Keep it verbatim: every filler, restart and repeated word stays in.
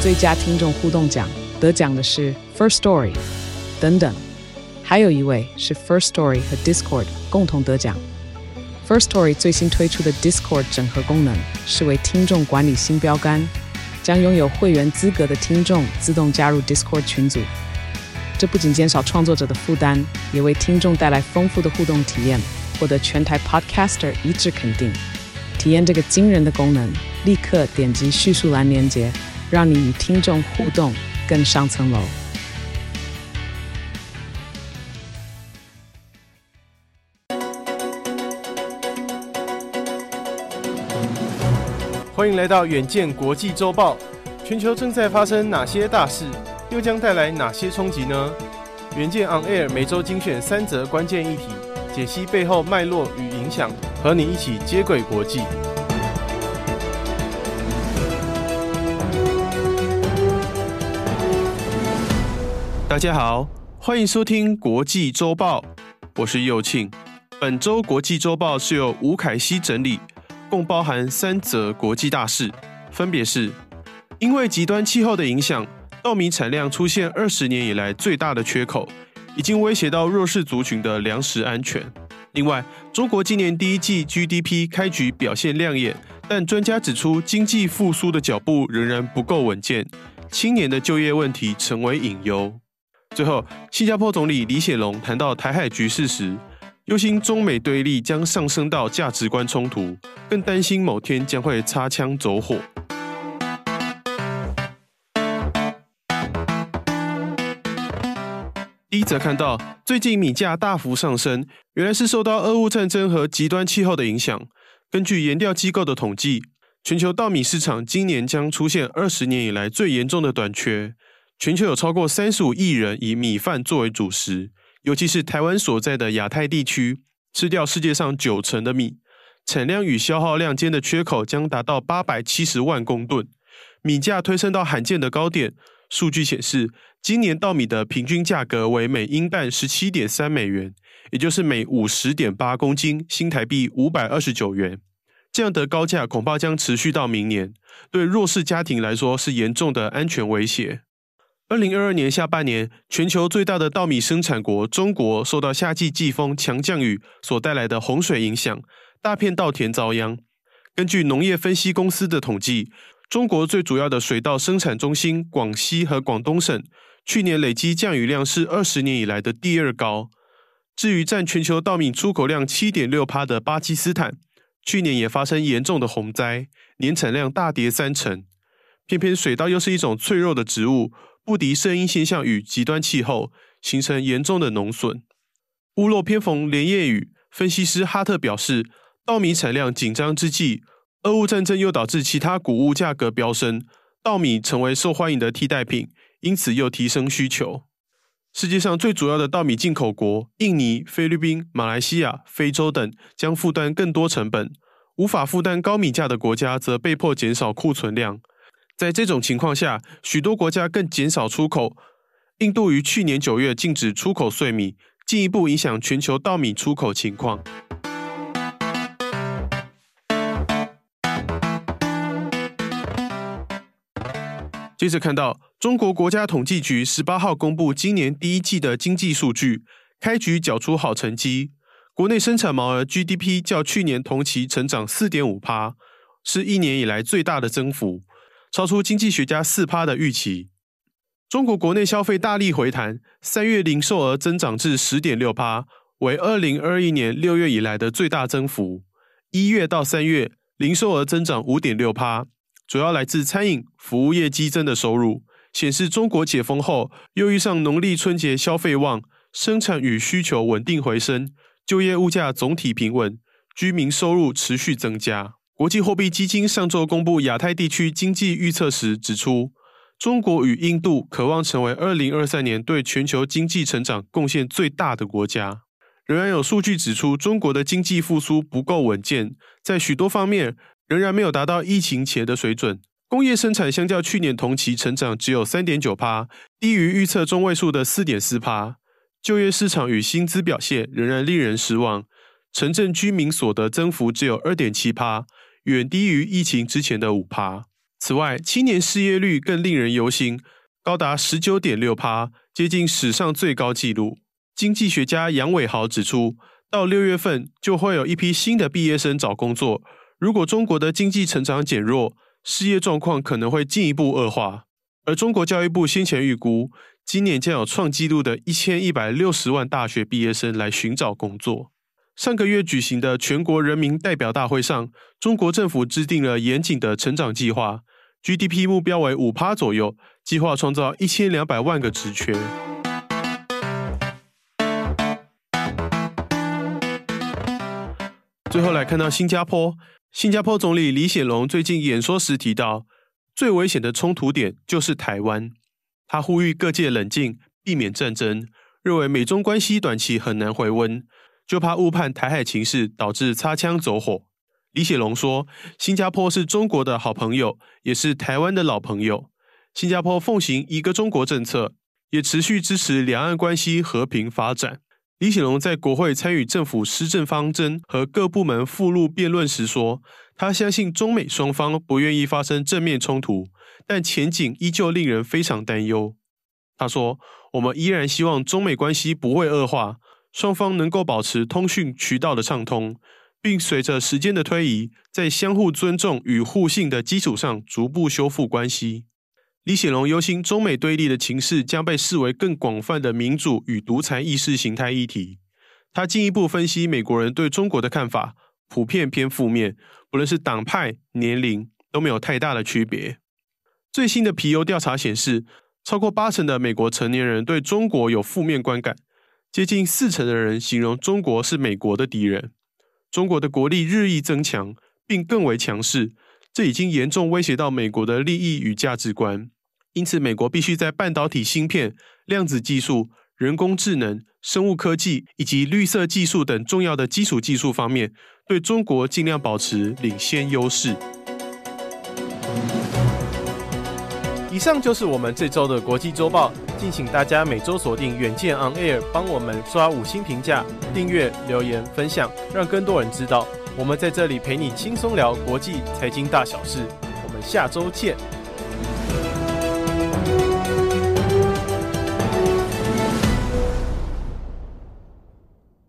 最佳听众互动奖，得奖的是 First Story 等等。还有一位是 First Story 和 Discord 共同得奖。First Story 最新推出的 Discord 整合功能是为听众管理新标杆，将拥有会员资格的听众自动加入 Discord 群组。这不仅减少创作者的负担，也为听众带来丰富的互动体验，获得全台 Podcaster 一致肯定。体验这个惊人的功能，立刻点击叙述栏连结，让你与听众互动更上层楼。 欢迎来到远见国际周报。全球正在发生哪些大事，又将带来哪些冲击呢？远见 On Air 每周精选三则关键议题，解析背后脉络与影响，和你一起接轨国际。大家好，欢迎收听国际周报，我是佑庆。本周国际周报是由吴凯西整理，共包含三则国际大事，分别是：因为极端气候的影响，稻米产量出现二十年以来最大的缺口，已经威胁到弱势族群的粮食安全。另外，中国今年第一季 G D P 开局表现亮眼，但专家指出经济复苏的脚步仍然不够稳健，青年的就业问题成为隐忧。最后，新加坡总理李显龙谈到台海局势时，忧心中美对立将上升到价值观冲突，更担心某天将会擦枪走火。第一则看到，最近米价大幅上升，原来是受到俄乌战争和极端气候的影响。根据研调机构的统计，全球稻米市场今年将出现二十年以来最严重的短缺。全球有超过三十五亿人以米饭作为主食，尤其是台湾所在的亚太地区，吃掉世界上九成的米，产量与消耗量间的缺口将达到八百七十万公吨，米价推升到罕见的高点。数据显示，今年稻米的平均价格为每英担 十七点三美元，也就是每 五十点八公斤新台币五百二十九元。这样的高价恐怕将持续到明年，对弱势家庭来说是严重的安全威胁。二零二二年下半年，全球最大的稻米生产国中国受到夏季季风强降雨所带来的洪水影响，大片稻田遭殃。根据农业分析公司的统计，中国最主要的水稻生产中心广西和广东省去年累积降雨量是二十年以来的第二高。至于占全球稻米出口量 百分之七点六 的巴基斯坦，去年也发生严重的洪灾，年产量大跌三成。偏偏水稻又是一种脆弱的植物，不敌圣婴现象与极端气候，形成严重的农损。屋漏偏逢连夜雨，分析师哈特表示，稻米产量紧张之际，俄乌战争又导致其他谷物价格飙升，稻米成为受欢迎的替代品，因此又提升需求。世界上最主要的稻米进口国印尼、菲律宾、马来西亚、非洲等将负担更多成本，无法负担高米价的国家则被迫减少库存量。在这种情况下，许多国家更减少出口。印度于去年九月禁止出口碎米，进一步影响全球稻米出口情况。接着看到，中国国家统计局十八号公布今年第一季的经济数据，开局缴出好成绩。国内生产毛额 G D P 较去年同期成长 百分之四点五， 是一年以来最大的增幅，超出经济学家 百分之四 的预期。中国国内消费大力回弹，三月零售额增长至 百分之十点六， 为二零二一年六月以来的最大增幅。一月到三月，零售额增长 百分之五点六，主要来自餐饮、服务业激增的收入，显示中国解封后又遇上农历春节消费旺，生产与需求稳定回升，就业物价总体平稳，居民收入持续增加。国际货币基金上周公布亚太地区经济预测时指出，中国与印度渴望成为二零二三年对全球经济成长贡献最大的国家。仍然有数据指出，中国的经济复苏不够稳健，在许多方面仍然没有达到疫情前的水准。工业生产相较去年同期成长只有 百分之三点九， 低于预测中位数的 百分之四点四。 就业市场与薪资表现仍然令人失望，城镇居民所得增幅只有 百分之二点七， 远低于疫情之前的 百分之五。 此外，青年失业率更令人忧心，高达 百分之十九点六， 接近史上最高纪录。经济学家杨伟豪指出，到六月份就会有一批新的毕业生找工作，如果中国的经济成长减弱，失业状况可能会进一步恶化。而中国教育部先前预估，今年将有创纪录的一千一百六十万大学毕业生来寻找工作。上个月举行的全国人民代表大会上，中国政府制定了严谨的成长计划， G D P 目标为 百分之五 左右，计划创造一千两百万个职缺。最后来看到新加坡，新加坡总理李显龙最近演说时提到，最危险的冲突点就是台湾。他呼吁各界冷静，避免战争，认为美中关系短期很难回温，就怕误判台海情势导致擦枪走火。李显龙说，新加坡是中国的好朋友，也是台湾的老朋友。新加坡奉行一个中国政策，也持续支持两岸关系和平发展。李显龙在国会参与政府施政方针和各部门附录辩论时说，他相信中美双方不愿意发生正面冲突，但前景依旧令人非常担忧。他说，我们依然希望中美关系不会恶化，双方能够保持通讯渠道的畅通，并随着时间的推移，在相互尊重与互信的基础上逐步修复关系。李显龙忧心中美对立的情势将被视为更广泛的民主与独裁意识形态议题。他进一步分析美国人对中国的看法，普遍偏负面，不论是党派、年龄都没有太大的区别。最新的皮尤调查显示，超过八成的美国成年人对中国有负面观感，接近四成的人形容中国是美国的敌人。中国的国力日益增强，并更为强势，这已经严重威胁到美国的利益与价值观。因此，美国必须在半导体芯片、量子技术、人工智能、生物科技以及绿色技术等重要的基础技术方面，对中国尽量保持领先优势。以上就是我们这周的国际周报，敬请大家每周锁定远见 On Air， 帮我们刷五星评价、订阅、留言、分享，让更多人知道。我们在这里陪你轻松聊国际财经大小事，我们下周见。